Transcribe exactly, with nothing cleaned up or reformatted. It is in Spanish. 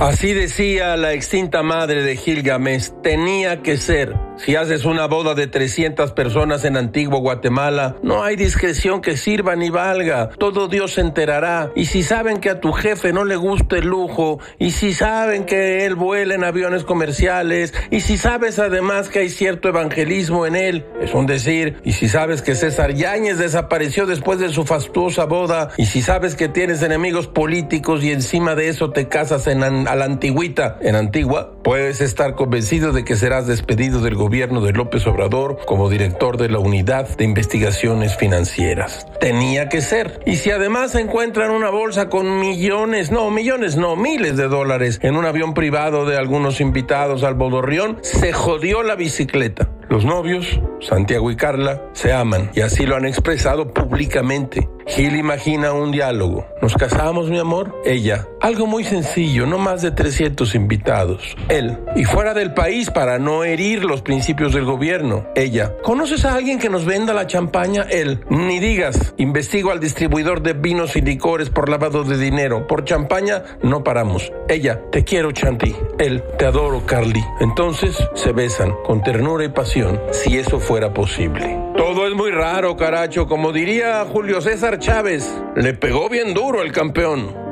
Así decía la extinta madre de Gilgamesh, tenía que ser. Si haces una boda de trescientas personas en Antigua Guatemala, no hay discreción que sirva ni valga. Todo Dios se enterará. Y si saben que a tu jefe no le gusta el lujo, y si saben que él vuela en aviones comerciales, y si sabes además que hay cierto evangelismo en él, es un decir, y si sabes que César Yáñez desapareció después de su fastuosa boda, y si sabes que tienes enemigos políticos y encima de eso te casas en, a la antigüita, en Antigua, puedes estar convencido de que serás despedido del gobierno gobierno de López Obrador como director de la Unidad de Investigaciones Financieras. Tenía que ser. Y si además encuentran una bolsa con millones, no, millones no, miles de dólares en un avión privado de algunos invitados al bodorrión, se jodió la bicicleta. Los novios, Santiago y Carla, se aman y así lo han expresado públicamente. Gil imagina un diálogo. ¿Nos casamos, mi amor? Ella. Algo muy sencillo, no más de trescientos invitados. Él. Y fuera del país para no herir los principios del gobierno. Ella. ¿Conoces a alguien que nos venda la champaña? Él. Ni digas. Investigo al distribuidor de vinos y licores por lavado de dinero. Por champaña no paramos. Ella. Te quiero, Chanti. Él. Te adoro, Carly. Entonces se besan con ternura y pasión, si eso fuera posible. Todo es muy raro, caracho. Como diría Julio César Chávez, le pegó bien duro el campeón.